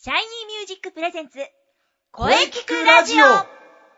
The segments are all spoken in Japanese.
シャイニーミュージックプレゼンツ声聞くラジオ。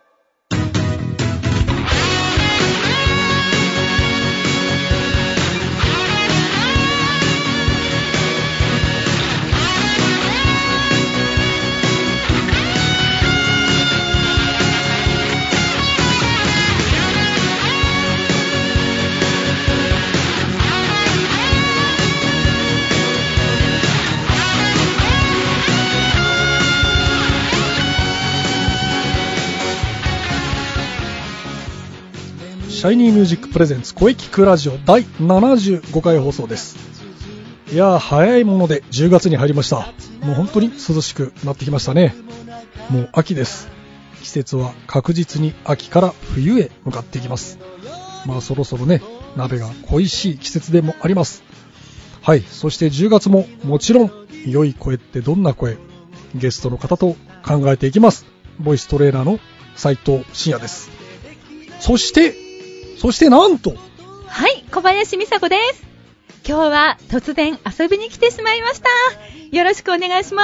シャイニーミュージックプレゼンツ声聞くラジオ第75回放送です。いやー早いもので10月に入りました。もう本当に涼しくなってきましたね。もう秋です。季節は確実に秋から冬へ向かっていきます。まあそろそろね鍋が恋しい季節でもあります。はい、そして10月ももちろん良い声ってどんな声、ゲストの方と考えていきます。ボイストレーナーの斉藤真也です。そしてなんと、 はい、小林美佐子です。今日は突然遊びに来てしまいました。よろしくお願いします。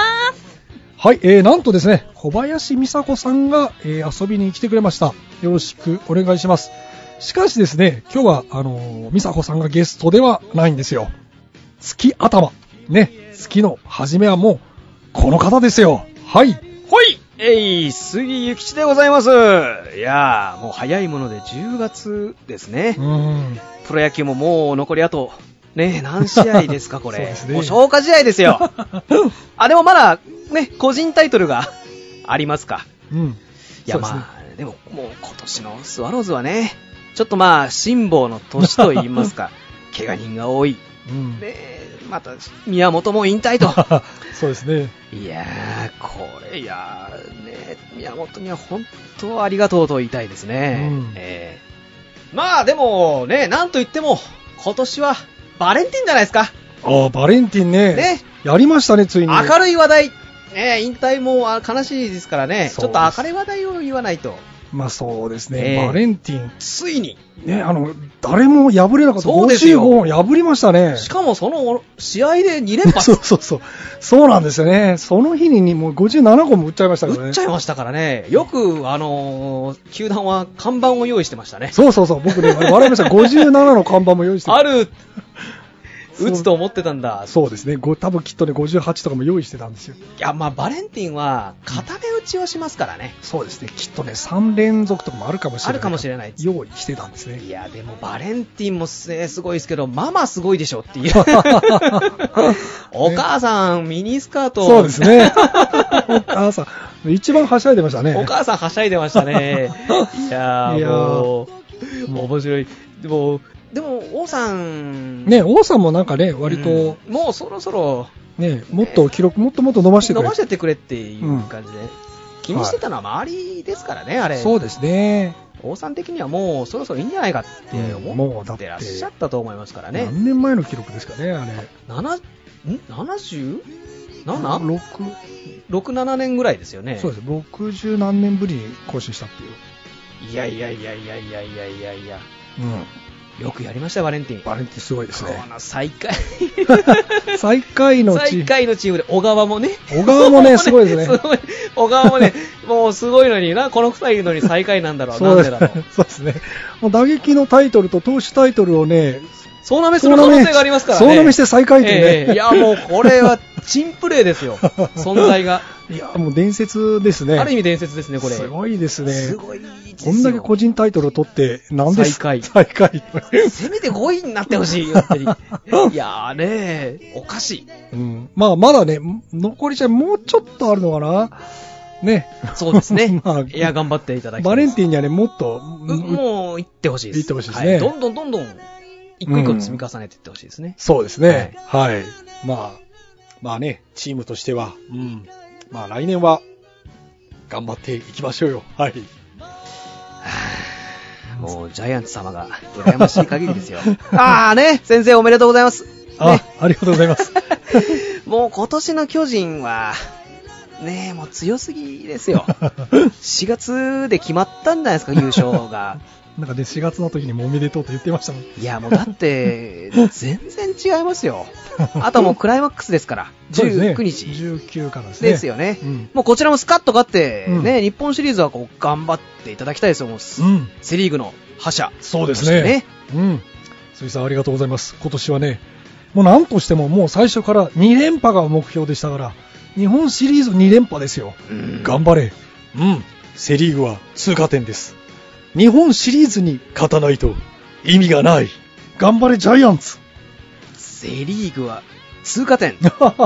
はい、なんとですね、小林美佐子さんが、遊びに来てくれました。よろしくお願いします。しかしですね、今日は美佐子さんがゲストではないんですよ。月頭ね、月の初めはもうこの方ですよ。はい。 ほい。杉ゆきちでございます。いやー、もう早いもので10月ですね。プロ野球ももう残りあと、ね、何試合ですか、これ。そうですね。もう消化試合ですよ。でもまだ、ね、個人タイトルがありますか。いや、まあ、でももう今年のスワローズはね、ちょっとまあ、辛抱の年と言いますか、怪我人が多い。で、また、宮本も引退と。 そうですね。 いやー、ね、宮本には本当ありがとうと言いたいですね。まあでもね、なんと言っても今年はバレンティンじゃないですか。 バレンティンね。やりましたね、ついに。 明るい話題。引退も悲しいですからね。ちょっと明るい話題を言わないと。 まあそうですね、バレンティンついにね、誰も破れなかった55本破りましたね。 しかもその試合で2連発。 そうなんですよね。その日にもう57個も打っちゃいましたからね。 打っちゃいましたからね。よく球団は看板を用意してましたね。 そう僕ね笑いました。57の看板も用意してある。打つと思ってたんだ。 そうですね。多分きっとね58とかも用意してたんですよ。 いや、まあバレンティンは固め打ちをしますからね。 そうですね。きっとね3連続とかもあるかもしれない。 あるかもしれない。 用意してたんですね。 いやでもバレンティンもすごいですけど、ママすごいでしょっていう。お母さんミニスカート。 そうですね。お母さん一番はしゃいでましたね。 お母さんはしゃいでましたね。いやもう面白い。でも王さんね、王さんもなんかね割と、 もうそろそろね、もっと記録もっと伸ばしてくれっていう感じで、気にしてたのは周りですからね、あれ。 そうですね。 王さん的にはもうそろそろいいんじゃないかって思ってらっしゃったと思いますからね。 何年前の記録ですかね、あれ。 70？ 6、7年ぐらいですよね。 そうです。60何年ぶりに更新したっていう。 いや。よくやりましたバレンティン。 バレンティンすごいですね。 最下位のチームで小川もねすごいですね。 小川もねもうすごいのにな、この2人いるのに最下位なんだろう。なんでだろう。 そうですね。もう打撃のタイトルと投手タイトルをね総なめする可能性がありますからね。 総なめして最下位でね。 いやもうこれは珍プレーですよ。存在が。 いやもう伝説ですね。 ある意味伝説ですね、これ。 すごいですね。 すごいですよ。 こんだけ個人タイトルを取ってなんで最下位。せめて5位になってほしいよって。いやーね、おかしい。 まあまだね残りじゃもうちょっとあるのかな。ね。 そうですね。いや頑張っていただきたい。 バレンティンにはねもっともう行ってほしいです。 行ってほしいですね。 どんどん一個一個積み重ねていってほしいですね。 そうですね。はい。まあねチームとしてはまあ来年は頑張っていきましょうよ。はい。 もうジャイアンツ様が羨ましい限りですよ。ね、先生おめでとうございます。ね、 ありがとうございます。 もう今年の巨人はねもう強すぎですよ。4月で決まったんじゃないですか、優勝が。 なんかね4月の時にもおめでとうと言ってましたもん。 いやもうだって全然違いますよ。 あとはもうクライマックスですから、19日。 19からですね。 ですよね。もうこちらもスカッと勝って、ね、日本シリーズはこう頑張っていただきたいですよ、もう。セリーグの覇者。 そうですね。杉さんありがとうございます。今年はね、もう何としてももう最初から2連覇が目標でしたから、日本シリーズ2連覇ですよ。頑張れ。セリーグは通過点です。日本シリーズに勝たないと意味がない。頑張れジャイアンツ。 セリーグは通過点。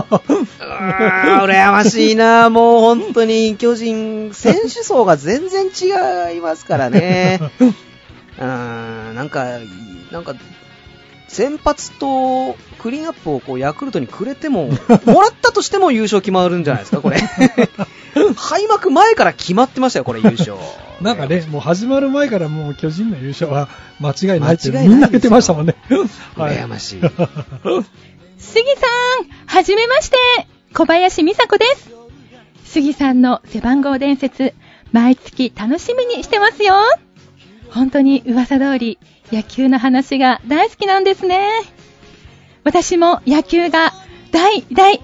羨ましいな。もう本当に巨人、選手層が全然違いますからね。なんか、先発とクリーンアップをこうヤクルトにくれても、もらったとしても優勝決まるんじゃないですか、これ。開幕前から決まってましたよ、これ優勝。 なんかね、もう始まる前からもう巨人の優勝は間違いないってみんな言ってましたもんね。 羨ましい。 杉さん、はじめまして、小林美佐子です。杉さんの背番号伝説、毎月楽しみにしてますよ。本当に噂通り、野球の話が大好きなんですね。私も野球が大好きなんです。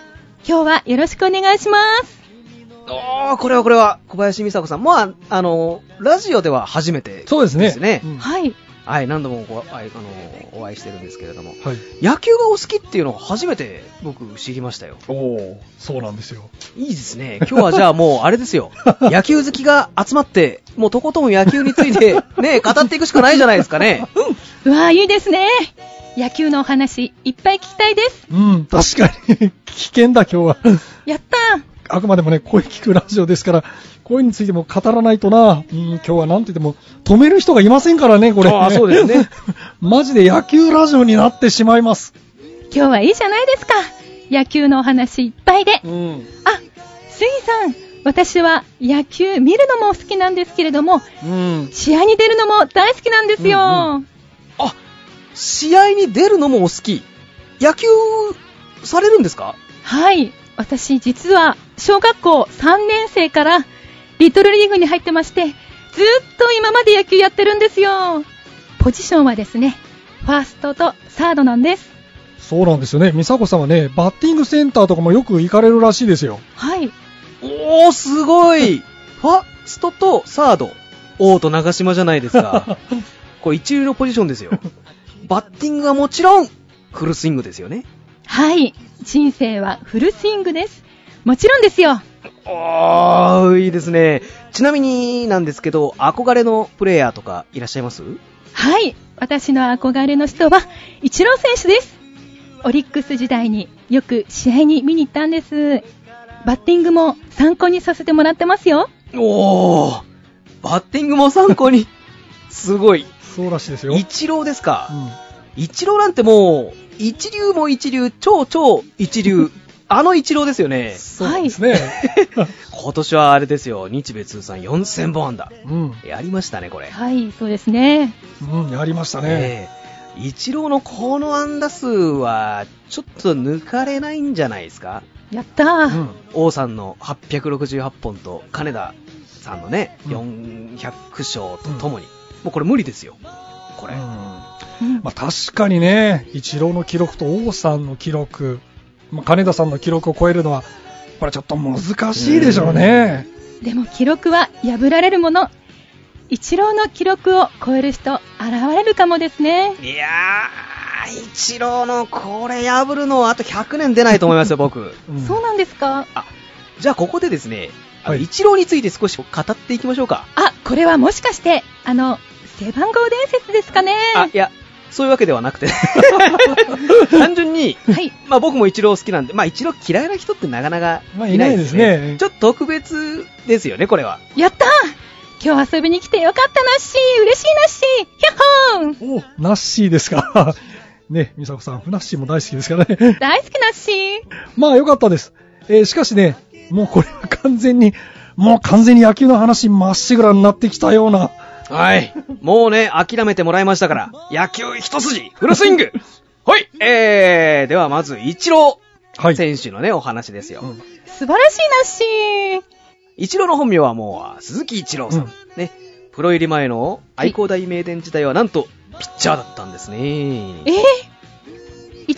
今日はよろしくお願いします。 これは小林美佐子さん、まあラジオでは初めてですね。 そうですね。 はい、何度もお会いしてるんですけれども、野球がお好きっていうのを初めて僕知りましたよ。 そうなんですよ。 いいですね。今日はじゃあもうあれですよ。野球好きが集まって、もうとことん野球についてね、語っていくしかないじゃないですかね。 うわー、いいですね。野球のお話いっぱい聞きたいです。 確かに危険だ今日は。 やったー。 あくまでもね、声聞くラジオですから、声についても語らないとな。今日はなんて言っても止める人がいませんからね、これ。 そうですね。 マジで野球ラジオになってしまいます。 今日はいいじゃないですか。野球のお話いっぱいで。杉さん、私は野球見るのも好きなんですけれども、試合に出るのも大好きなんですよ。 試合に出るのもお好き。野球されるんですか？ はい。私実は小学校3年生からリトルリーグに入ってまして、ずっと今まで野球やってるんですよ。ポジションはですね、ファーストとサードなんです。 そうなんですよね。美佐子さんはね、バッティングセンターとかもよく行かれるらしいですよ。 はい。 すごい。ファーストとサード。王と長島じゃないですか。これ一流のポジションですよ。バッティングはもちろんフルスイングですよね。 はい。人生はフルスイングです。もちろんですよ。 いいですね。ちなみになんですけど、憧れのプレイヤーとかいらっしゃいます？ はい。私の憧れの人はイチロー選手です。オリックス時代によく試合に見に行ったんです。バッティングも参考にさせてもらってますよ。 バッティングも参考に。すごい。 そうらしいですよ。 イチローですか。イチローなんてもう一流も一流、超一流、イチローですよね。 そうですね。 今年はあれですよ、日米通算4000本安打。やりましたね、これ。 はい、そうですね。 やりましたね。 イチローのこの安打数はちょっと抜かれないんじゃないですか。 やったー。 王さんの868本と金田さんのね、400勝とともに、もうこれ無理ですよ、これ。 確かにね、イチローの記録と王さんの記録、金田さんの記録を超えるのはこれちょっと難しいでしょうね。 でも記録は破られるもの。イチローの記録を超える人現れるかもですね。 いやー、イチローのこれ破るのはあと100年出ないと思いますよ僕。 そうなんですか。 じゃあここでですね、イチローについて少し語っていきましょうか。 これはもしかして背番号伝説ですかね。 いや、そういうわけではなくて単純に、僕もイチロー好きなんで、イチロー嫌いな人ってなかなかいないですね。ちょっと特別ですよね、これは。 やったー、今日遊びに来てよかったなっしー、嬉しいなっしー、ヒャッホー。 ナッシーですか。ね、美佐子さん、フナッシーも大好きですからね。 大好きなっしー。 よかったです。しかしね、もうこれは完全に野球の話まっしぐらになってきたような。 はい。もうね、諦めてもらいましたから、野球一筋、フルスイングはい。ではまず、イチロー選手のね、お話ですよ。 素晴らしいなっしー。 イチローの本名はもう、鈴木一郎さん。ね。プロ入り前の愛工大名電時代はなんと、ピッチャーだったんですね。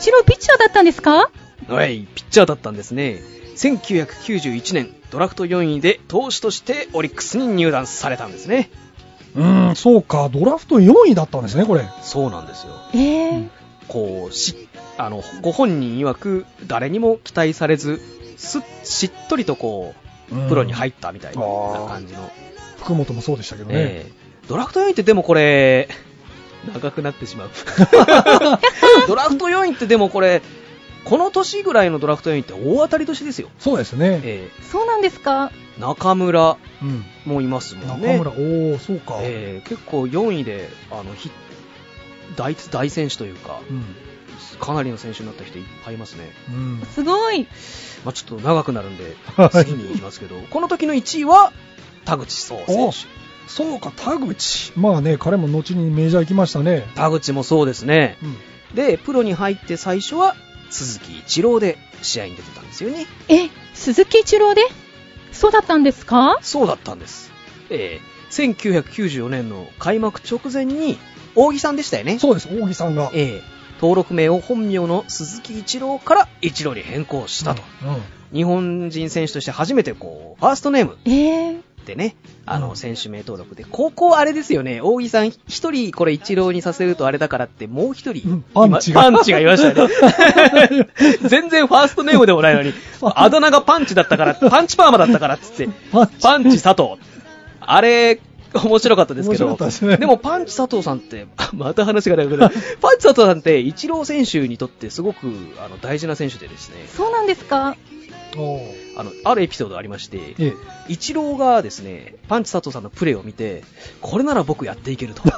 一郎ピッチャーだったんですか？ はい、ピッチャーだったんですね。1991年ドラフト4位で投手としてオリックスに入団されたんですね。 そうか、ドラフト4位だったんですね、これ。 そうなんですよ。こうご本人曰く誰にも期待されずしっとりとこうプロに入ったみたいな感じの。 福本もそうでしたけどね。 ドラフト4位ってでもこれ長くなってしまうドラフト4位ってでもこれこの年ぐらいのドラフト4位って大当たり年ですよ。 そうですね。 そうなんですか。 中村もいますもんね。 中村、そうか。 結構4位で大選手というか、かなりの選手になった人いっぱいいますね。 すごい。 ちょっと長くなるんで次に行きますけどこの時の1位は田口壮選手。 そうか、田口。まあね、彼も後にメジャー行きましたね。 田口もそうですね。でプロに入って最初は鈴木一郎で試合に出てたんですよね。 鈴木一郎で？そうだったんですか？ そうだったんです。1994年の開幕直前に扇さんでしたよね。 そうです、扇さんが。 登録名を本名の鈴木一郎から一郎に変更したと。日本人選手として初めてこうファーストネームでね、選手名登録で、ここあれですよね、扇さん一人これ一郎にさせるとあれだからってもう一人、 パンチがいましたね。全然ファーストネームでもないのに、あだ名がパンチだったから、パンチパーマだったからっつって、パンチ佐藤。あれ、面白かったですけど、でもパンチ佐藤さんって、また話が長くなる。パンチ佐藤さんってイチロー選手にとってすごく大事な選手でですね。 そうなんですか。 あるエピソードありまして、イチローがですね、パンチ佐藤さんのプレーを見て、これなら僕やっていけると。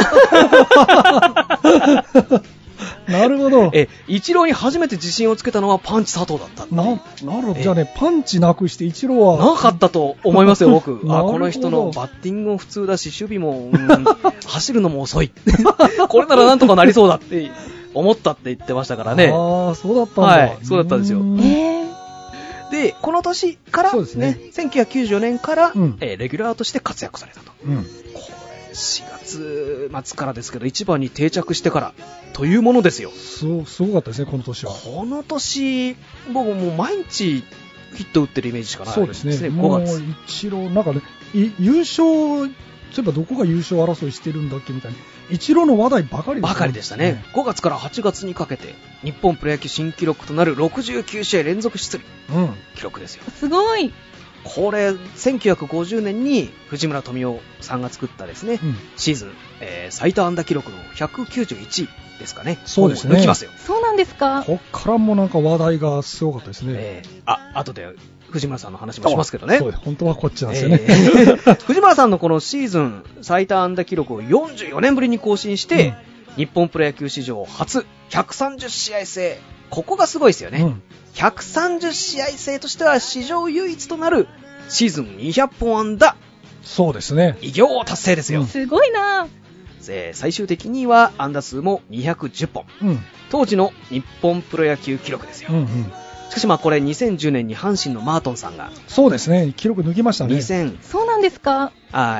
なるほど。 イチローに初めて自信をつけたのはパンチ佐藤だった。 なるほど。じゃあね、パンチなくしてイチローはなかったと思いますよ、僕。この人のバッティングも普通だし、守備も、走るのも遅い。これならなんとかなりそうだって思ったって言ってましたからね。 そうだったんだ。 はい、そうだったんですよ。で、この年から、1994年から、レギュラーとして活躍されたと。これ、4月末からですけど、1番に定着してから、というものですよ。 すごかったですね、この年は。 この年、僕もう毎日ヒット打ってるイメージしかないですね。 そうですね。もう一郎、なんかね、優勝、そういえばどこが優勝争いしてるんだっけみたいな。一郎の話題ばかりでしたね。5月から8月にかけて、日本プロ野球新記録となる69試合連続出塁。記録ですよ。 すごい。 これ、1950年に藤村富雄さんが作ったですね、シーズン、最多安打記録の191ですかね。 そうですね。 抜きますよ。 そうなんですか。 こっからもなんか話題がすごかったですね。 後で藤村さんの話もしますけどね。 そうです。本当はこっちなんですよね。 藤村さんのこのシーズン最多安打記録を44年ぶりに更新して、日本プロ野球史上初130試合制。ここがすごいですよね。130試合制としては史上唯一となるシーズン200本安打。 そうですね。 偉業達成ですよ。 すごいな。 最終的には安打数も210本。当時の日本プロ野球記録ですよ。しかしこれ2010年に阪神のマートンさんが。 そうですね。記録抜きましたね。 そうなんですか。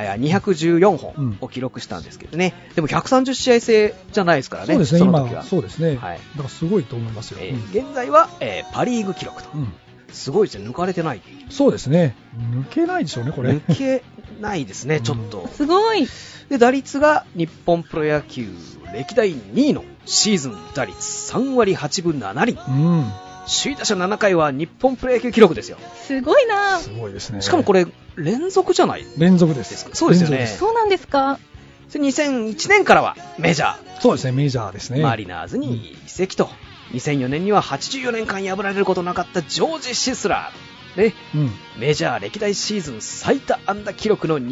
214本を記録したんですけどね。でも130試合制じゃないですからね。 そうですね。 その時はそうですね。だからすごいと思いますよ。 現在は、パリーグ記録と。すごいですね。抜かれてない。 そうですね。抜けないでしょうね、これ。 抜けないですね、ちょっと。 すごい。 で、打率が日本プロ野球歴代2位のシーズン打率3割8分7厘。首位打者7回は日本プロ野球記録ですよ。 すごいな。 すごいですね。 しかもこれ連続じゃない？ 連続です。 そうですよね。 そうなんですか。 2001年からはメジャー。 そうですね、メジャーですね。 マリナーズに移籍と。2004年には84年間破られることなかったジョージ・シスラー。ね、メジャー歴代シーズン最多安打記録の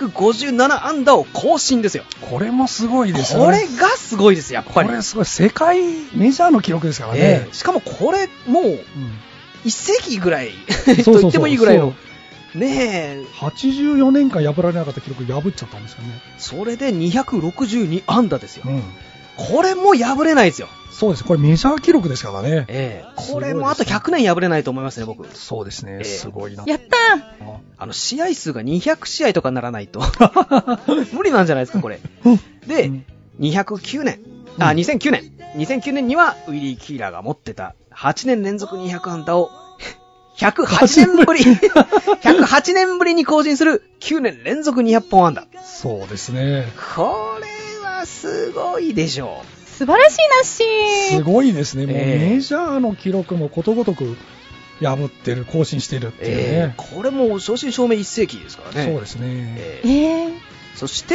257安打を更新ですよ。 これもすごいですね。 これがすごいです、やっぱり。 これすごい。世界メジャーの記録ですからね。 しかもこれもう、一世紀ぐらいと言ってもいいぐらいの。ねえ。 84年間破られなかった記録破っちゃったんですよね。 それで262安打ですよ。これも破れないですよ。 そうです。これメジャー記録ですからね。 これもあと100年破れないと思いますね、僕。 そうですね。すごいな。 やったー。試合数が200試合とかならないと無理なんじゃないですか、これ。で、209年 2009年にはウィリー・キーラーが持ってた8年連続200安打を108年ぶり108年ぶりに更新する9年連続200本安打。 そうですね。 これはすごいでしょう。 素晴らしいなっしー。 すごいですね。もうメジャーの記録もことごとく破ってる、更新してるっていうね。 これも正真正銘1世紀ですからね。 そうですね。 そして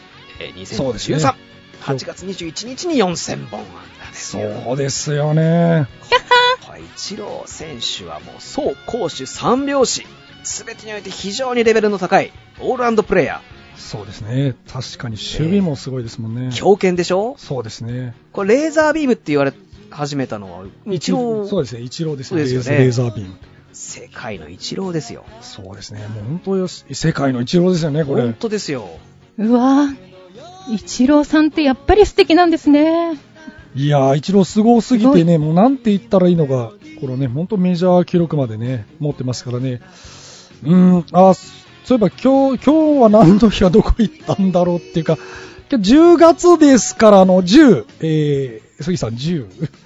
、2013、8月21日に4000本安打ですよ。 そうですよね。 イチロー選手はもう走攻守三拍子、すべてにおいて非常にレベルの高いオールラウンドプレイヤー。 そうですね。確かに守備もすごいですもんね。 強肩でしょ。 そうですね。 これレーザービームって言われ始めたのはイチロー。 そうですね。イチローですね。 レーザービーム。 世界のイチローですよ。 そうですね。もう本当よし、世界のイチローですよね、これ。 本当ですよ。 うわぁ、イチローさんってやっぱり素敵なんですね。 いやー、イチローすごすぎてね、もうなんて言ったらいいのか、このね、本当メジャー記録までね、持ってますからね。そういえば今日は何の日はどこ行ったんだろうっていうか、10月ですから10、杉さん10。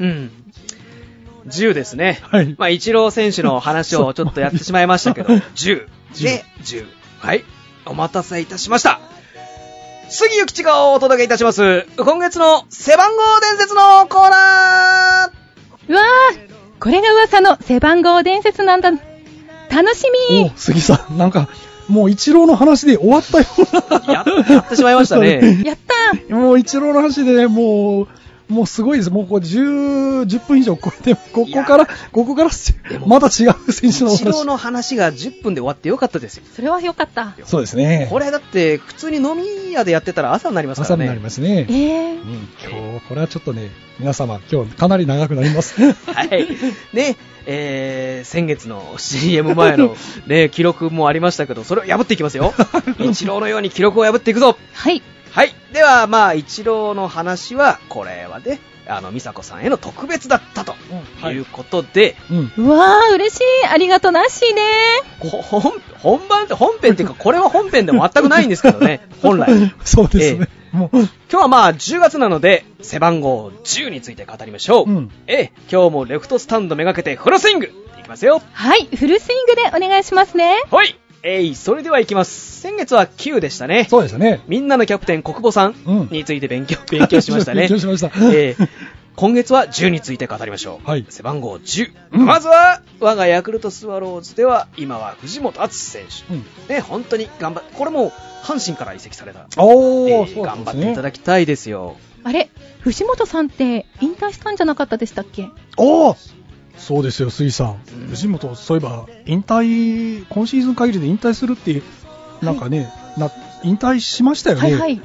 10ですね。 はい。 まあ、イチロー選手の話をちょっとやってしまいましたけど、10で10。はい。お待たせいたしました。杉ゆきちがお届けいたします。今月の背番号伝説のコーナー。うわー、これが噂の背番号伝説なんだ。楽しみ。 杉さん、なんか、もうイチローの話で終わったような。やってしまいましたね。 やったもうイチローの話でね、もうすごいです。もうこう10分以上超えて、ここからまた違う選手の話。 イチローの話が10分で終わってよかったですよ。 それはよかった。 そうですね。 これだって普通に飲み屋でやってたら朝になりますからね。 朝になりますね。今日これはちょっとね、皆様今日かなり長くなります。 はい。ね、先月の CM 前のね記録もありましたけど、それを破っていきますよ。イチローのように記録を破っていくぞ。 はい。 はい。では、まあ、イチローの話は、これはね、美佐子さんへの特別だったということで。 うわー、嬉しい。ありがとなっしーね。 本編っていうか、これは本編でも全くないんですけどね、本来。 そうですね。 今日はまあ、10月なので、背番号10について語りましょう。今日もレフトスタンドめがけてフルスイングいきますよ。 はい、フルスイングでお願いしますね。 はい。それではいきます。先月は9でしたね。 そうでしたね。 みんなのキャプテン国母さんについて勉強しましたね。 勉強しました。 今月は10について語りましょう。 はい。 背番号10。まずは、我がヤクルトスワローズでは、今は藤本敦選手。ね、本当に頑張って、これも阪神から移籍された。頑張っていただきたいですよ。 あれ、藤本さんって引退したんじゃなかったでしたっけ？ そうですよ、杉さん。藤本、そういえば、今シーズン限りで引退するって、なんかね、引退しましたよね。 はい。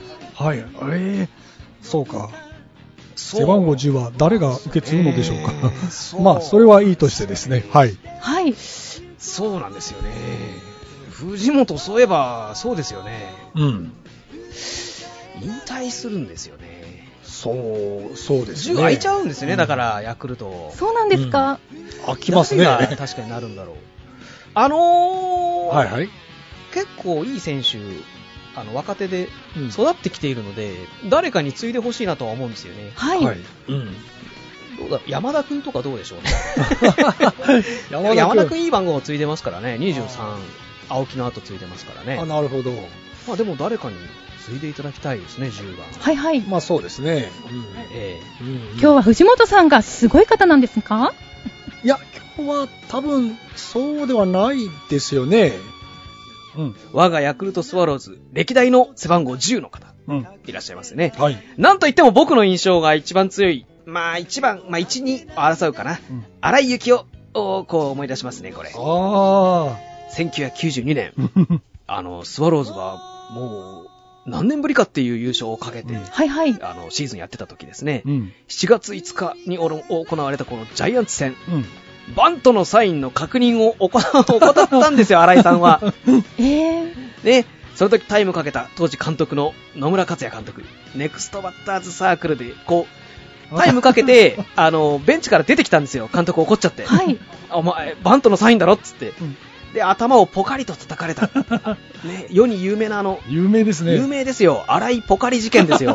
そうか。背番号10は誰が受け継ぐのでしょうか。まあ、それはいいとしてですね。はい。 はい。 そうなんですよね。藤本、そういえば、そうですよね。引退するんですよね。 そうですね。 10空いちゃうんですよね、だからヤクルト。 そうなんですか。 空きますね。 確かになるんだろう。 はいはい。 結構いい選手、若手で育ってきているので、誰かに継いでほしいなとは思うんですよね。 はい。 どうだ、山田君とかどうでしょうね。山田君いい番号を継いでますからね。23、青木の後継いでますからね。 なるほど。 まあでも誰かに継いでいただきたいですね、10番。 はいはい。 まあそうですね。 今日は藤本さんがすごい方なんですか？ いや、今日は多分そうではないですよね。 我がヤクルトスワローズ歴代の背番号10の方、いらっしゃいますね。 はい。 なんといっても僕の印象が一番強い、まあ1番、まあ1、2を争うかな。荒井幸雄をこう思い出しますね、これ。1992年、スワローズがもう何年ぶりかっていう優勝をかけて、シーズンやってた時ですね。7月5日に行われたこのジャイアンツ戦。バントのサインの確認を怠ったんですよ、新井さんは。ね、その時タイムかけた当時監督の野村克也監督、ネクストバッターズサークルでこうタイムかけてベンチから出てきたんですよ。監督怒っちゃって、お前バントのサインだろっつって、で頭をポカリと叩かれた、ね、世に有名な有名ですね。 有名ですよ、新井ポカリ事件ですよ。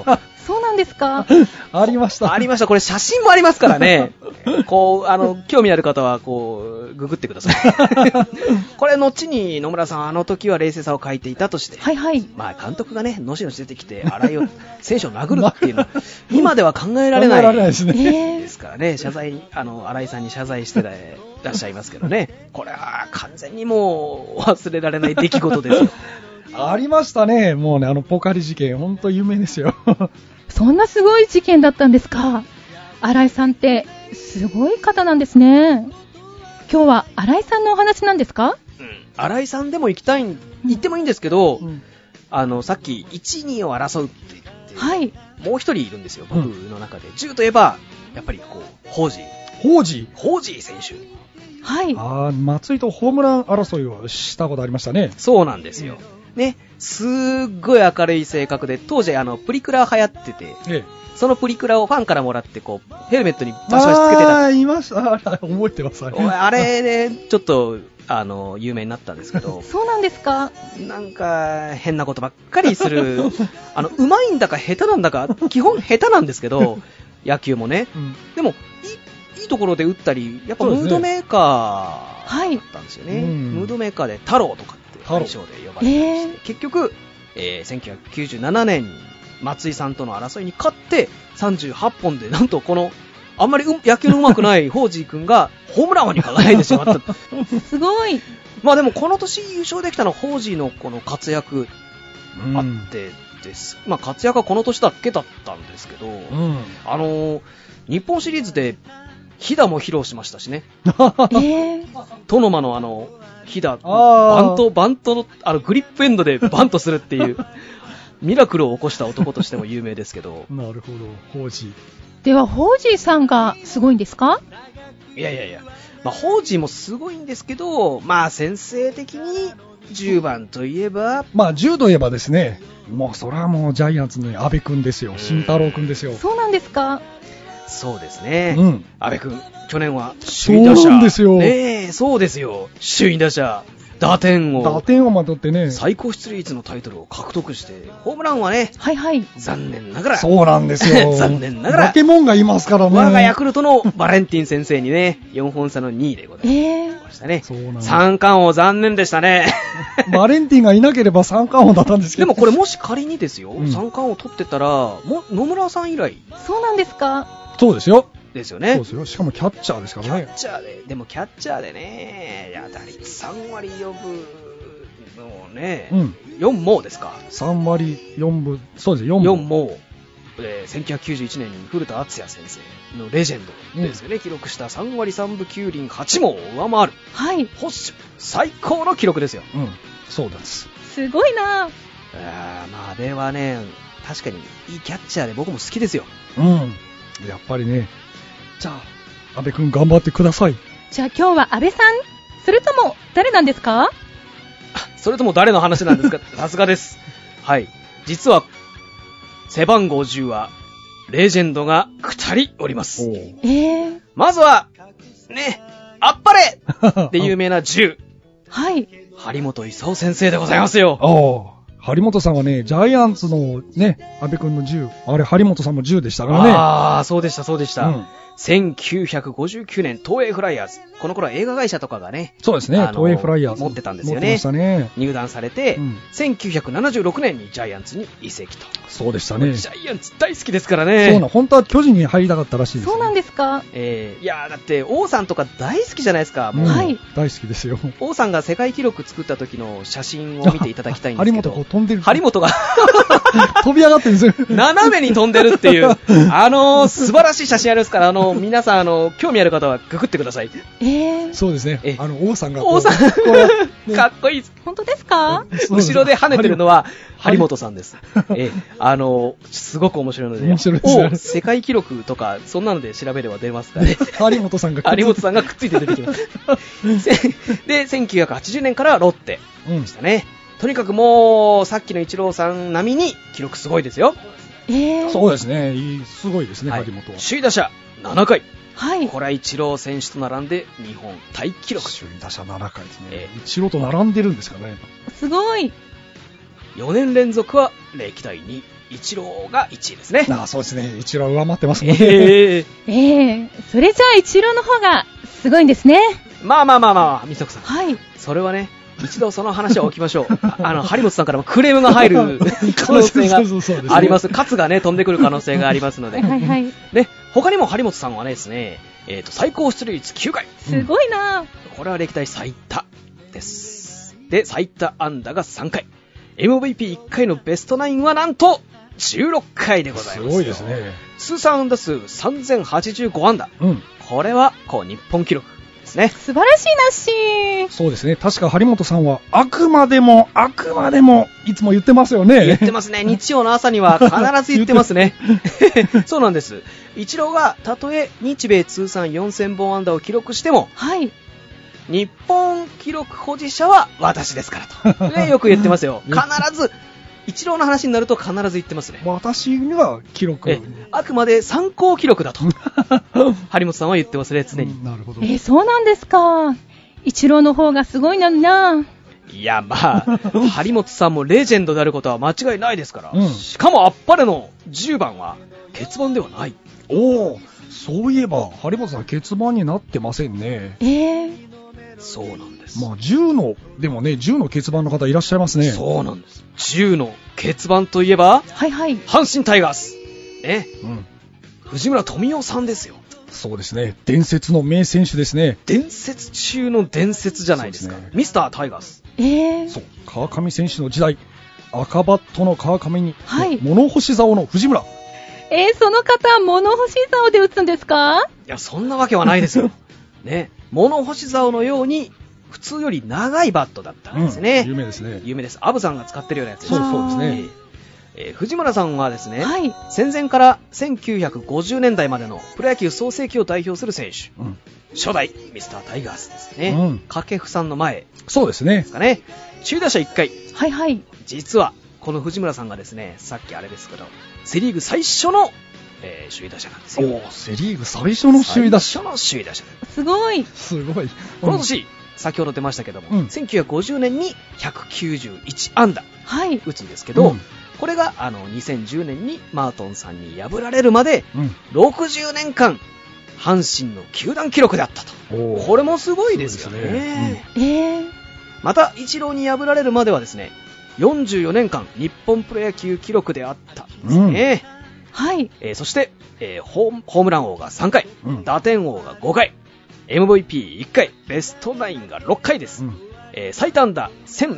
そうなんですか。 ありました。 ありました。これ写真もありますからね。こう、興味ある方は、こう、ググってください。これ、後に野村さん、あの時は冷静さを欠いていたとして、 はいはい。 まあ、監督がね、のしのし出てきて、新井を、選手を殴るっていうのは、今では考えられない。 考えられないですね。 ですからね、新井さんに謝罪してらっしゃいますけどね。これは完全にもう忘れられない出来事ですよ。 ありましたね。もうね、ポカリ事件、本当有名ですよ。 そんなすごい事件だったんですか。新井さんってすごい方なんですね。今日は新井さんのお話なんですか？ 新井さんでも行ってもいいんですけど、さっき1、2を争うって言って、 はい、 もう一人いるんですよ、僕の中で。10といえば、やっぱりこう、ホージー選手。 はい。 松井とホームラン争いをしたことありましたね。 そうなんですよ。ね、すっごい明るい性格で、当時プリクラ流行ってて、そのプリクラをファンからもらって、こう、ヘルメットにバシバシつけてた。 いました。覚えてます。 あれで、ちょっと、有名になったんですけど。 そうなんですか。 なんか、変なことばっかりする。うまいんだか下手なんだか、基本下手なんですけど、野球もね。でも、いいところで打ったり、やっぱムードメーカーだったんですよね。ムードメーカーで太郎とかって愛称で呼ばれたりして、結局、1997年に松井さんとの争いに勝って38本で、なんとこのあんまり野球の上手くないホージー君がホームラン王に輝いてしまった。 すごい。 まあでもこの年優勝できたのはホージーのこの活躍あってです。まあ活躍はこの年だけだったんですけど、日本シリーズで飛騨も披露しましたしね。トノマの飛騨、バントのグリップエンドでバントするっていうミラクルを起こした男としても有名ですけど。 なるほど、ホージー。 ではホージーさんがすごいんですか？ いや、まあ、ホージーもすごいんですけど、まあ先生的に10番といえば、 まあ10といえばですね、もうそれはもうジャイアンツの阿部君ですよ、慎太郎君ですよ。 そうなんですか？ そうですね。阿部君、去年は首位打者。そうなんですよ。 ねえ、そうですよ。首位打者。打点をまとってね、 最高出塁率のタイトルを獲得して、ホームランはね、残念ながら、 そうなんですよ。 残念ながら、 化け物がいますからね。 我がヤクルトのバレンティン先生にね、4本差の2位でございましたね。三冠王残念でしたね。 バレンティンがいなければ三冠王だったんですけど。 でもこれもし仮にですよ、三冠王取ってたら、野村さん以来。 そうなんですか？ そうですよ。 ですよね。 そうですよ。しかもキャッチャーですからね。 キャッチャーでね、いや、打率3割4分のね、4毛ですか。 3割4分、そうですよ、 4毛。1991年に古田敦也先生のレジェンドですよね、記録した3割3分9厘8毛を上回る。ホッシュ、最高の記録ですよ。 そうです。 すごいな。 まあ、ではね、確かにいいキャッチャーで僕も好きですよ。 やっぱりね。じゃあ、阿部君頑張ってください。 じゃあ今日は阿部さん？それとも誰なんですか？ それとも誰の話なんですか？さすがです。はい。実は、背番号10は、レジェンドが2人おります。まずは、ね、あっぱれで有名な10。張本勲先生でございますよ。 張本さんはね、ジャイアンツのね、阿部君の10、あれ張本さんも10でしたからね。 そうでした。1959年、東映フライヤーズ。この頃は映画会社とかがね、 そうですね、東映フライヤーズ持ってたんですよね。 持ってましたね。 入団されて、1976年にジャイアンツに移籍と。 そうでしたね。 ジャイアンツ大好きですからね。 本当は巨人に入りたかったらしいです。 そうなんですか？ いやだって王さんとか大好きじゃないですか。 大好きですよ。 王さんが世界記録作った時の写真を見ていただきたいんですけど、 張本が飛んでる。 張本が飛び上がってるんですよ。 斜めに飛んでるっていう、素晴らしい写真ありますから、皆さん、興味ある方はググってください。 そうですね。王さんが。 王さん、かっこいい。 本当ですか？ 後ろで跳ねてるのは、張本さんです。すごく面白いので、世界記録とか、そんなので調べれば出ますからね。 張本さんがくっついて出てきます。で、1980年からロッテでしたね。とにかくもう、さっきのイチローさん並みに記録すごいですよ。 そうですね。すごいですね、張本は。 首位打者7回。これはイチロー選手と並んで日本タイ記録。 首位打者7回ですね。イチローと並んでるんですかね。 すごい。 4年連続は歴代2位。 イチローが1位ですね。 そうですね。イチロー上回ってますもんね。 それじゃあイチローの方がすごいんですね。 まあ、みさこさん。 はい。 それはね、一度その話は置きましょう。張本さんからもクレームが入る可能性があります。カツがね、飛んでくる可能性がありますので。 はいはい。 ね、他にも張本さんはねですね、最高出塁率9回。 すごいな。 これは歴代最多です。で、最多安打が3回。MVP1 回のベストナインはなんと16回でございます。 すごいですね。 通算安打数3085安打。これは、日本記録ですね。 素晴らしいなっしー。 そうですね。確か張本さんは、あくまでも、いつも言ってますよね。 言ってますね。日曜の朝には必ず言ってますね。そうなんです。イチローが、たとえ日米通算4000本安打を記録しても、 はい。 日本記録保持者は私ですからと。ね、よく言ってますよ。必ず、イチローの話になると必ず言ってますね。 私には記録。 あくまで参考記録だと。張本さんは言ってますね、常に。 なるほど。 そうなんですか。イチローの方がすごいのにな。 いや、張本さんもレジェンドであることは間違いないですから。しかもあっぱれの10番は、欠番ではない。 そういえば、張本さん欠番になってませんね。 そうなんです。 10の欠番の方いらっしゃいますね。 そうなんです。10の欠番といえば、 はいはい。 阪神タイガース。ね。藤村富美男さんですよ。 そうですね。伝説の名選手ですね。 伝説中の伝説じゃないですか。ミスタータイガース。 そう。川上選手の時代、赤バットの川上に、 はい。 物干し竿の藤村。 その方、物干し竿で打つんですか？ いや、そんなわけはないですよ。ね。物干し竿のように普通より長いバットだったんですね。 有名ですね。 有名です。アブさんが使ってるようなやつです。 そうですね。 藤村さんはですね、 はい、 戦前から1950年代までのプロ野球創世期を代表する選手、初代ミスタータイガースですね。掛布さんの前。 そうですね。 ですかね。首位打者1回。 はいはい。 実はこの藤村さんがですね、さっきあれですけど、セリーグ最初の首位打者なんですよ。 セリーグ最初の首位打者。 すごい。 この年、先ほど出ましたけども、1950年に191安打打つんですけど、これが2010年にマートンさんに破られるまで、60年間阪神の球団記録であったと。これもすごいですよね。またイチローに破られるまではですね、44年間日本プロ野球記録であったんですね。 はい。 そして、ホームラン王が3回、打点王が5回、MVP1 回、ベストナインが6回です。最多安打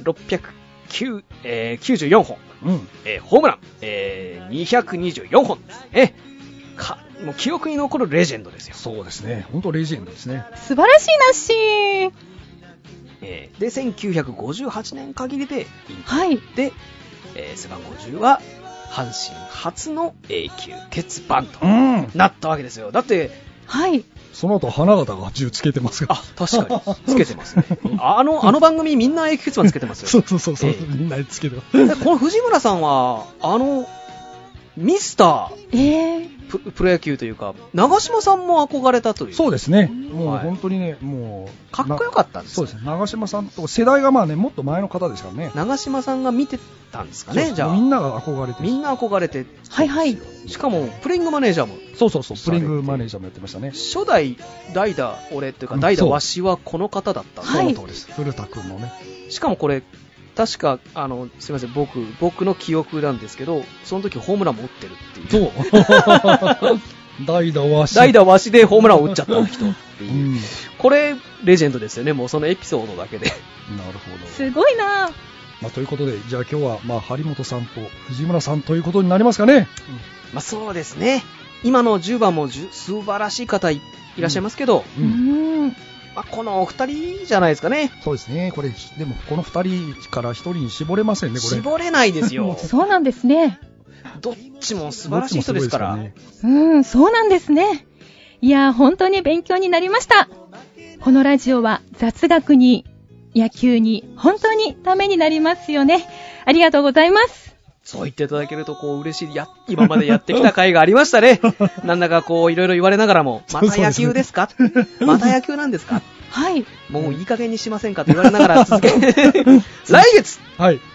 1694本、ホームラン、224本ですね。もう記憶に残るレジェンドですよ。 そうですね。本当レジェンドですね。 素晴らしいなっしー。 で、1958年限りで引退、 はい、 で、背番号10は阪神初の永久欠番となったわけですよ。だって、 はい。 その後花形が10つけてますが。 確かにつけてますね。あの番組みんな永久欠番つけてますよ。 そう、みんなつけてます。 この藤村さんはミスター、プロ野球というか、長嶋さんも憧れたという。 そうですね。もう本当にね、もうかっこよかったんです。 そうですね。長嶋さんと世代がもっと前の方ですからね。 長嶋さんが見てたんですかね。じゃあみんなが憧れて。 みんな憧れて。 はいはい。 しかもプレイングマネージャーも。 そうプレイングマネージャーもやってましたね。 初代代打俺というか代打わしはこの方だったんです。 その通りです。古田君のね。 しかもこれ確かすいません、僕の記憶なんですけど、その時ホームランも打ってるっていう。 そう。代打わしでホームランを打っちゃった人っていう、これレジェンドですよね。もうそのエピソードだけで。 なるほど。 すごいな。 ということで、じゃあ今日は張本さんと藤村さんということになりますかね。 そうですね。今の10番も素晴らしい方 いらっしゃいますけど、このお二人じゃないですかね。 そうですね。これでもこの二人から一人に絞れませんね。これ絞れないですよ。 そうなんですね。 どっちも素晴らしい人ですから。 そうなんですね。いや、本当に勉強になりました。このラジオは雑学に野球に本当にためになりますよね。ありがとうございます。 そう言っていただけると嬉しい。今までやってきた回がありましたね。なんだかいろいろ言われながらも、また野球ですか？また野球なんですか？ はい。 もういい加減にしませんかと言われながら続け。来月、 はい。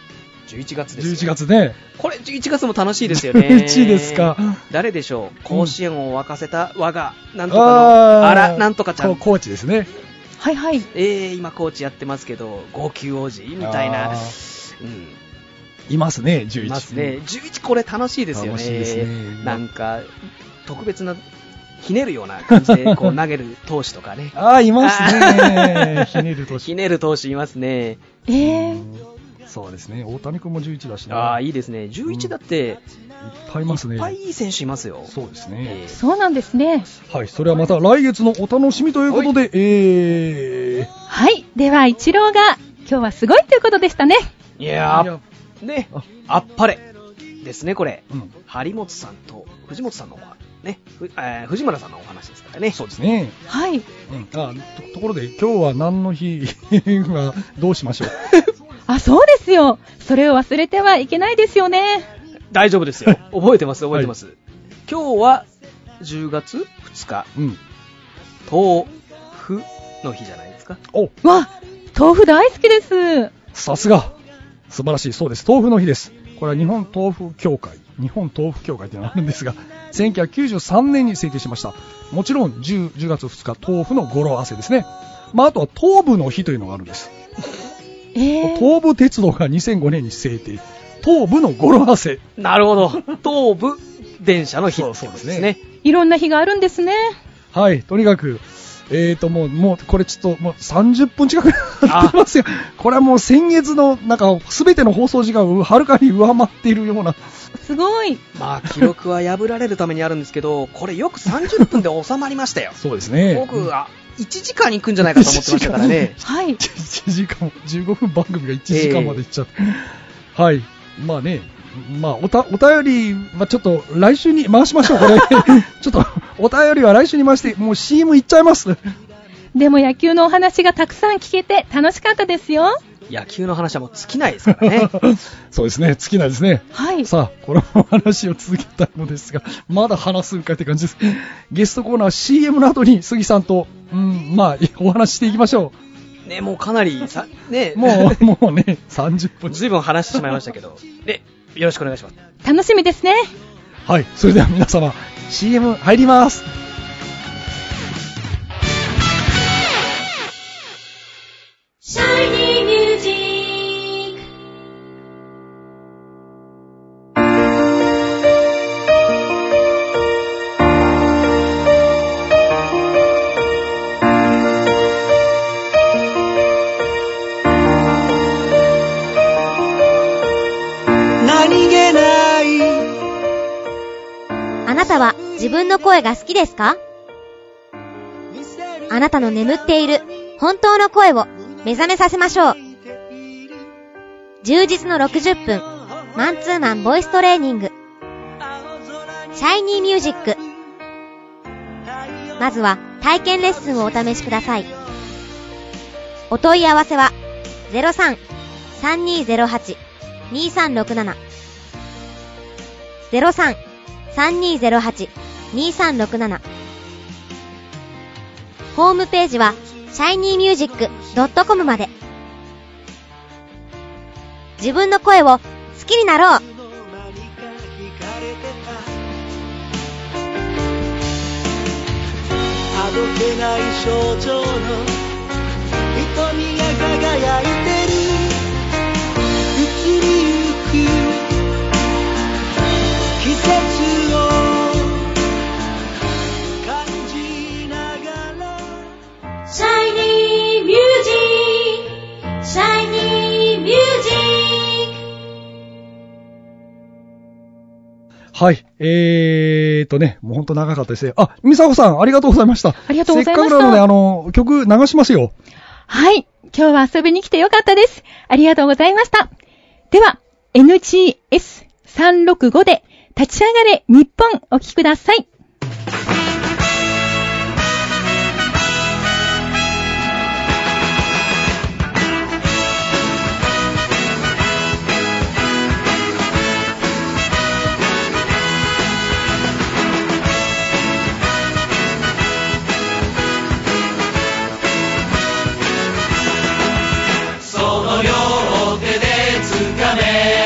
11月ですよ。 11月ね。 これ11月も楽しいですよね。 11ですか。 誰でしょう。甲子園を沸かせた我がなんとかのあらなんとかちゃん。 コーチですね。 はいはい。 今コーチやってますけど、号泣王子みたいな。 いますね、11。 いますね。11これ楽しいですよね。 楽しいですね。 なんか特別なひねるような感じでこう投げる投手とかね。 いますね。ひねる投手。 ひねる投手いますね。 そうですね。大谷君も11だしね。 いいですね。11だって、いっぱいいますね。 いっぱいいい選手いますよ。 そうですね。 そうなんですね。 はい。それはまた来月のお楽しみということで、 はい。では、イチローが今日はすごいということでしたね。 いやー、ね、あっぱれですね、これ。張本さんと藤本さんのね、藤村さんのお話ですからね。 そうですね。 はい。 ところで、今日は何の日はどうしましょう。 そうですよ。それを忘れてはいけないですよね。 大丈夫ですよ。覚えてます。今日は10月2日。豆腐の日じゃないですか。 豆腐大好きです。 さすが。素晴らしい。そうです。豆腐の日です。これは日本豆腐協会っていうのがあるんですが、1993年に制定しました。もちろん 10月2日、豆腐の語呂合わせですね。あとは東武の日というのがあるんです。東武鉄道が2005年に制定。東武の語呂合わせ。 なるほど。東武電車の日。そうですね。 いろんな日があるんですね。 はい。とにかく、もう、これちょっと、もう30分近くなってますよ。これはもう先月の、すべての放送時間をはるかに上回っているような。 すごい。 記録は破られるためにあるんですけど、これよく30分で収まりましたよ。 そうですね。 僕は1時間に行くんじゃないかと思ってましたからね。 はい。 1時間、15分番組が1時間まで行っちゃって。はい。お便りはちょっと来週に回しましょう、これ。ちょっと、お便りは来週に回して、もう CM 行っちゃいます。 でも野球のお話がたくさん聞けて楽しかったですよ。 野球の話はもう尽きないですからね。 そうですね、尽きないですね。 はい。 さあ、この話を続けたいのですが、まだ話すんかいって感じです。ゲストコーナー CM の後に杉さんと、お話していきましょう。ね、もうかなりね、 もうね、30分。 ずいぶん話してしまいましたけど。よろしくお願いします。 楽しみですね。 はい、それでは皆様 CM 入ります。 シャイニーミュージック。 何気ないあなたは自分の声が好きですか？あなたの眠っている本当の声を目覚めさせましょう。充実の60分マンツーマンボイストレーニング、シャイニーミュージック。まずは体験レッスンをお試しください。お問い合わせは 03-3208-2367 03-3208-2367。ホームページは shinymusic.com まで。自分の声を好きになろう。 あどけない症状の瞳が輝いてる。移りゆく季節を感じながら。 シャイニーミュージック、シャイニーミュージック。 はい。もうほんと長かったですね。美佐子さん、ありがとうございました。 ありがとうございました。 せっかくなので、曲流しますよ。 はい。今日は遊びに来てよかったです。ありがとうございました。では、NGS365 で立ち上がれ日本お聴きください。 その両手で掴め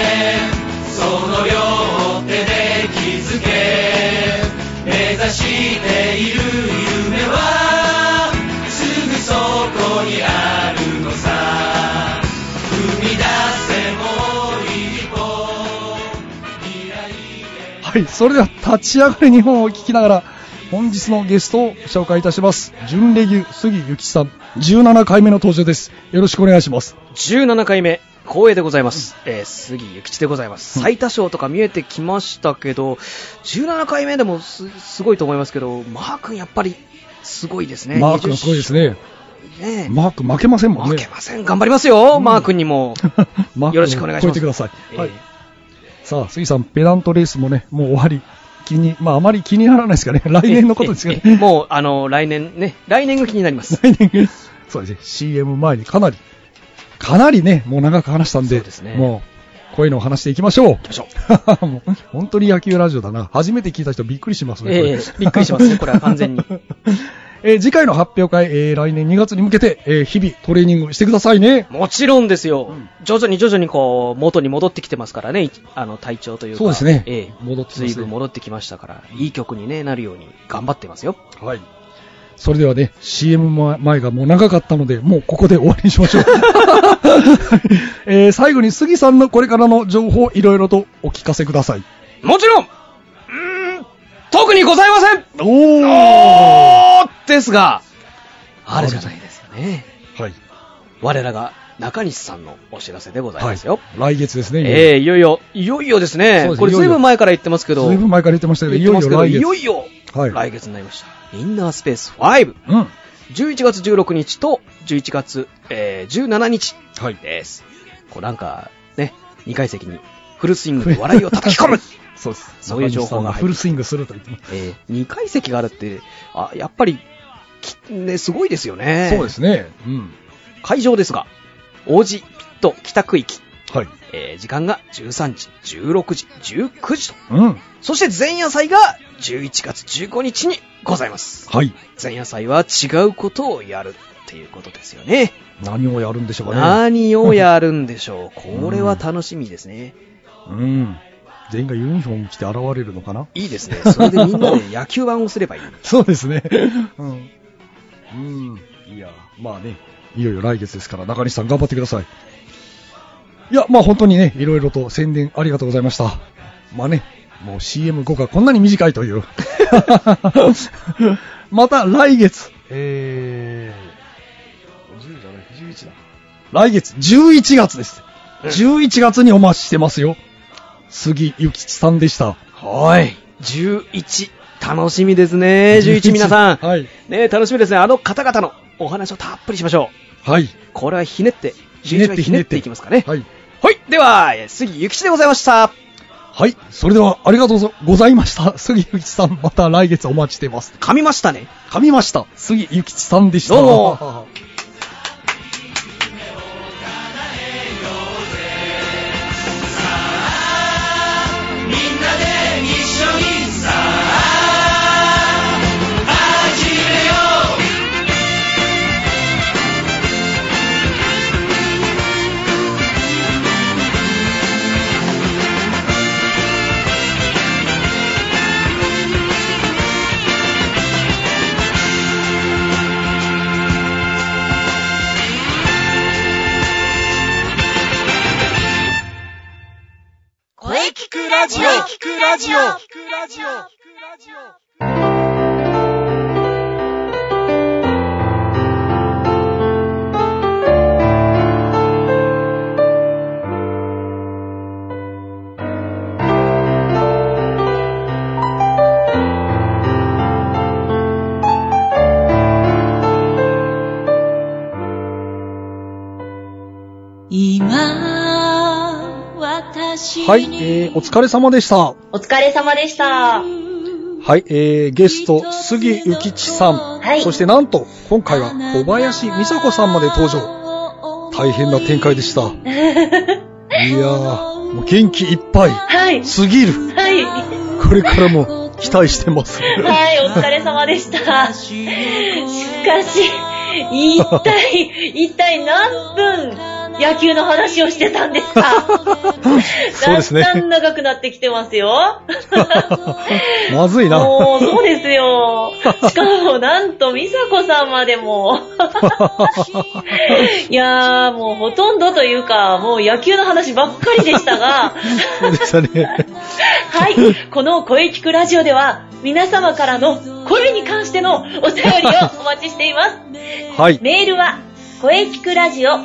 はい、それでは立ち上がれ日本を聞きながら本日のゲストを紹介いたします。準レギュ杉ゆきちさん、17回目の登場です。よろしくお願いします。 17回目光栄でございます。杉ゆきちでございます。最多勝とか見えてきましたけど、17回目でも すごいと思いますけど、マー君やっぱりすごいですね。 マー君すごいですね。マー君負けませんもんね。 負けません。頑張りますよ、マー君にも。よろしくお願いします。 超えてください。はい。さあ、杉さん、ペナントレースもね、もう終わり。あまり気にならないですかね。来年のことですけどね。 もう、来年が気になります。 来年そうですね。CM 前にかなりね、もう長く話したんで、もう、こういうのを話していきましょう。もう本当に野球ラジオだな。初めて聞いた人びっくりしますね。 びっくりしますね、これは完全に。 次回の発表会、来年2月に向けて、日々トレーニングしてくださいね。 もちろんですよ。徐々にこう、元に戻ってきてますからね、体調というか。 そうですね。戻ってますね。 随分戻ってきましたから、いい曲に、なるように頑張ってますよ。 はい。それではね、CM 前がもう長かったので、もうここで終わりにしましょう。最後に杉さんのこれからの情報、いろいろとお聞かせください。 もちろん特にございません。ですが、あるじゃないですかね。はい。我らが中西さんのお知らせでございますよ。 はい、来月ですね。 いよいよですね。これずいぶん前から言ってますけど。 ずいぶん前から言ってましたけど、いよいよ来月になりました。インナースペース5。11月16日と11月、17日です。こうなんか、ね、2階席にフルスイングで笑いを叩き込むそうです。 そういう情報が入ってフルスイングすると言ってます。 2階席があるって、やっぱり、すごいですよね。 そうですね。 会場ですが、王子ピット北区域。 はい。 時間が13時、16時、19時と。そして前夜祭が11月15日にございます。 はい。 前夜祭は違うことをやるっていうことですよね。 何をやるんでしょうかね。 何をやるんでしょう。これは楽しみですね。 全員がユニフォーム着て現れるのかな。 いいですね。それでみんなで野球盤をすればいい。 そうですね。いや、まあね、いよいよ来月ですから、中西さん頑張ってください。いや、まあ本当にね、いろいろと宣伝ありがとうございました。まあね、もう CM 後がこんなに短いという。また来月、10じゃない、11だ。来月、11月です。11月にお待ちしてますよ。杉ゆきちさんでした。 はい。11。楽しみですね。11皆さん。 はい。 ね、楽しみですね。あの方々のお話をたっぷりしましょう。はい。 これはひねっていきますかね。 はい。 はい。では、杉ゆきちでございました。 はい。それでは、ありがとうございました。杉ゆきちさん、また来月お待ちしています。 噛みましたね。 噛みました。杉ゆきちさんでした。 どうも。 ラジオはい、お疲れ様でした。 お疲れ様でした。 はい、ゲスト、杉ゆきちさん。はい。そしてなんと、今回は小林美佐子さんまで登場。大変な展開でした。いやー、もう元気いっぱい。はい。すぎる。はい。これからも期待してます。 はい、お疲れ様でした。しかし、一体何分、野球の話をしてたんですか。 そうですね。 だんだん長くなってきてますよ。 まずいな。 もう、そうですよ。しかも、なんと、美佐子さんまでも。いやー、もうほとんどというか、もう野球の話ばっかりでしたが。 そうでしたね。 はい。この声聞くラジオでは、皆様からの声に関してのお便りをお待ちしています。 はい。 メールは、声聞くラジオ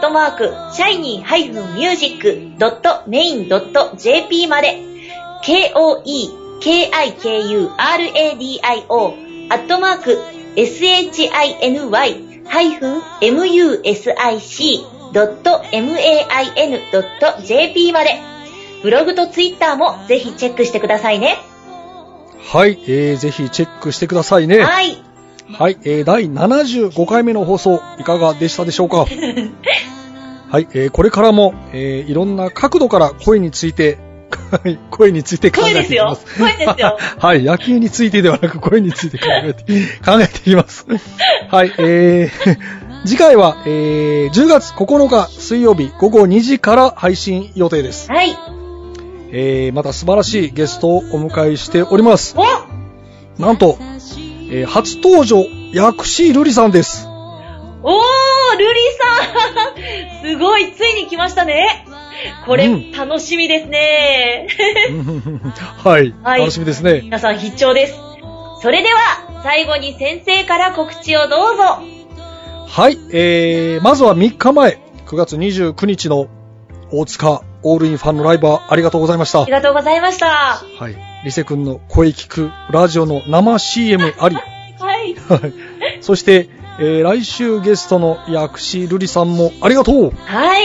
@shiny-music.main.jp まで、shiny-music.main.jp まで、ブログとツイッターもぜひチェックしてくださいね。 はい、ぜひチェックしてくださいね。 はい。 はい、第75回目の放送いかがでしたでしょうか。はい、これからも、いろんな角度から声について考えていきます。 声ですよ。 はい、野球についてではなく声について考えていきます。はい、次回は、10月9日水曜日午後2時から配信予定です。 はい。 また素晴らしいゲストをお迎えしております。なんと、初登場、薬師瑠璃さんです。 おー、瑠璃さんすごい、ついに来ましたね。これ、楽しみですね。 はい、楽しみですね。 皆さん必聴です。それでは、最後に先生から告知をどうぞ。 はい、まずは3日前、9月29日の大塚オールインファンのライブはありがとうございました。 ありがとうございました。 はい、リセ君の声聞くラジオの生 CM あり。 はい。 そして、来週ゲストの薬師瑠璃さんもありがとう。 はい。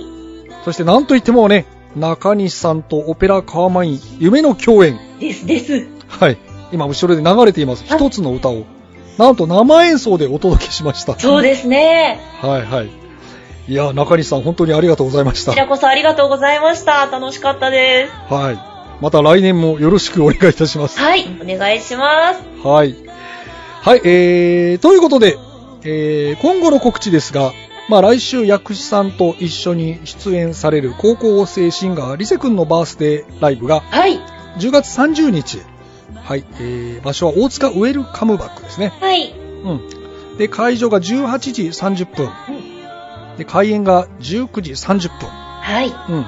そしてなんといってもね、中西さんとオペラカーマイン夢の共演。 です。 はい。今後ろで流れています。一つの歌を。なんと生演奏でお届けしました。 そうですね。 はいはい。いや、中西さん本当にありがとうございました。 こちらこそありがとうございました。楽しかったです。 はい。また来年もよろしくお願いいたします。 はい。お願いします。 はい。はい、ということで、今後の告知ですが、来週薬師さんと一緒に出演される高校生シンガーリセ君のバースデーライブが、 はい。 10月30日。はい、場所は大塚ウェルカムバックですね。 はい。 で、会場が18時30分。で、開演が19時30分。 はい。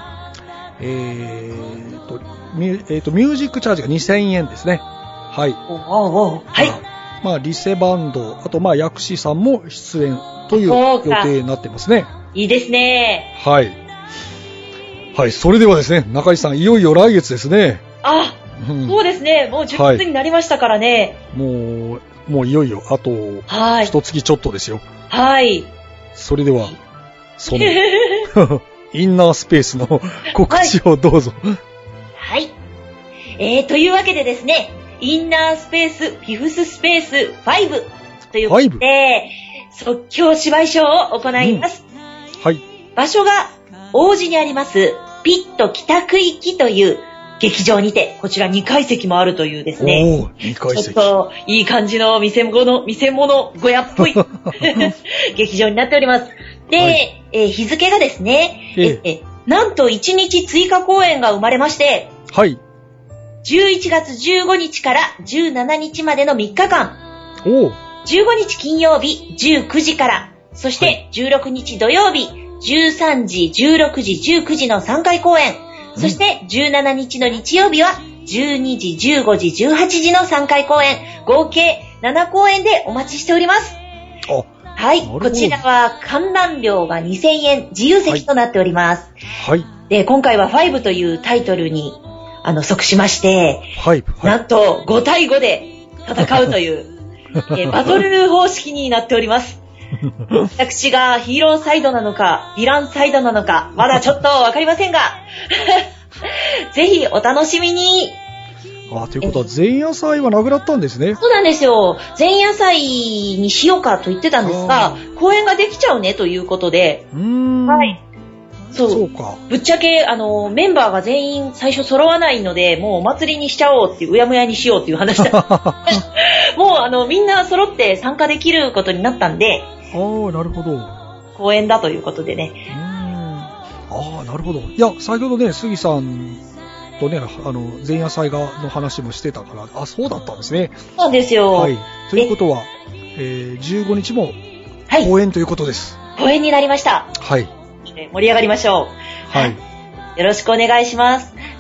ミュージックチャージが2000円ですね。はい。 はい。 リセバンド、あと薬師さんも出演という予定になってますね。 いいですね。 はい。はい、それではですね、中井さん、いよいよ来月ですね。 あ、そうですね。もう10月になりましたからね。 もういよいよ、あと、一月ちょっとですよ。 はい。 それでは、その、インナースペースの告知をどうぞ。 はい。というわけでですね、インナースペース、フィフススペース5ということで、即興芝居ショーを行います。 はい。 場所が、王子にあります、ピット北区域という劇場にて、こちら2階席もあるというですね。 2階席。 ちょっと、いい感じの見せ物小屋っぽい劇場になっております。で、日付がですね、なんと1日追加公演が生まれまして、 はい。 11月15日から17日までの3日間。15日金曜日19時から、そして16日土曜日13時、16時、19時の3回公演。そして17日の日曜日は12時、15時、18時の3回公演。合計7公演でお待ちしております。はい。こちらは観覧料が2000円、自由席となっております。 はい。 で、今回は5というタイトルに即しまして、なんと5対5で戦うという、バトル方式になっております。私がヒーローサイドなのか、ヴィランサイドなのか、まだちょっとわかりませんが、ぜひお楽しみに。 ということは前夜祭はなくなったんですね。 そうなんですよ。前夜祭にしようかと言ってたんですが、公演ができちゃうねということで、はい。そうか。ぶっちゃけ、メンバーが全員最初揃わないので、もうお祭りにしちゃおうっていう、うやむやにしようっていう話だ。もう、みんな揃って参加できることになったんで。 なるほど。 公演だということでね。 なるほど。いや、先ほどね、杉さんとね、前夜祭の話もしてたから、そうだったんですね。 そうなんですよ。 はい。ということは、15日も公演ということです。 公演になりました。 はい。 盛り上がりましょう。 はい。 よろしくお願いします。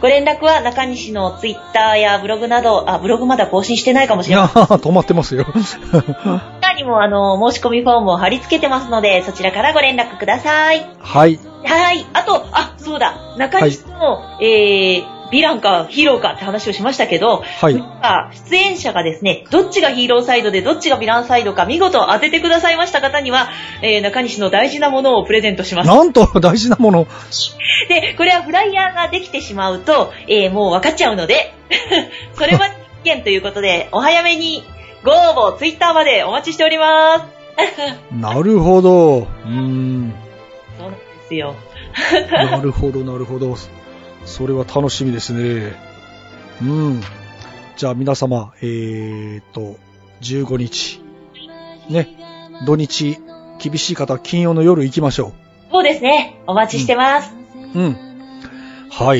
ご連絡は中西のツイッターやブログなど、ブログまだ更新してないかもしれない。 止まってますよ。 他にも申し込みフォームを貼り付けてますので、そちらからご連絡ください。 はい。 はい。あと、そうだ、中西の、ヴィランかヒーローかって話をしましたけど、 はい。 出演者がですね、どっちがヒーローサイドでどっちがヴィランサイドか見事当ててくださいました方には、中西の大事なものをプレゼントします。 なんと大事なもの。 で、これはフライヤーができてしまうと、もう分かっちゃうので、それは危険ということで、お早めにご応募、ツイッターまでお待ちしております。 なるほど。 そうなんですよ。 なるほど、なるほど。それは楽しみですね。じゃあ皆様、15日。ね。土日、厳しい方は金曜の夜行きましょう。そうですね。お待ちしてます。 はい。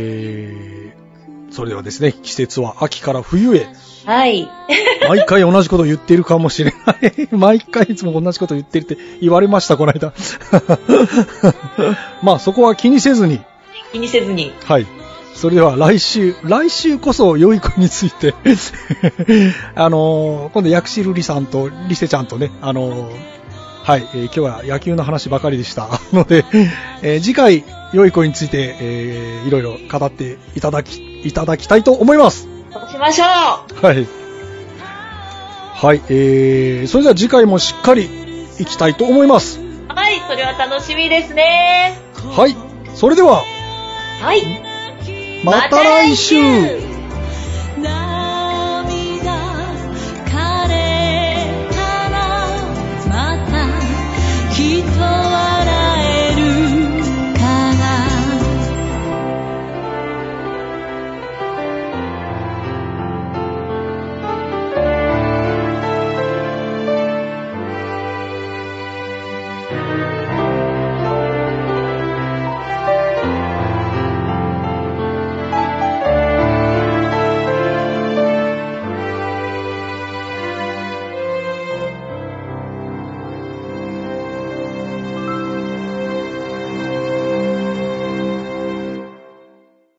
それではですね、季節は秋から冬へ。 はい。 毎回同じこと言ってるかもしれない。毎回いつも同じこと言ってるって言われました、この間。まあそこは気にせずに。 気にせずに。 はい。それでは来週こそ良い子について今度薬師瑠璃さんとリセちゃんとね、はい、今日は野球の話ばかりでしたので、次回良い子について、いろいろ語っていただきたいと思います。 そうしましょう。 はい。はい、それでは次回もしっかりいきたいと思います。 はい、それは楽しみですね。 はい、それでは。 はい。 また来週。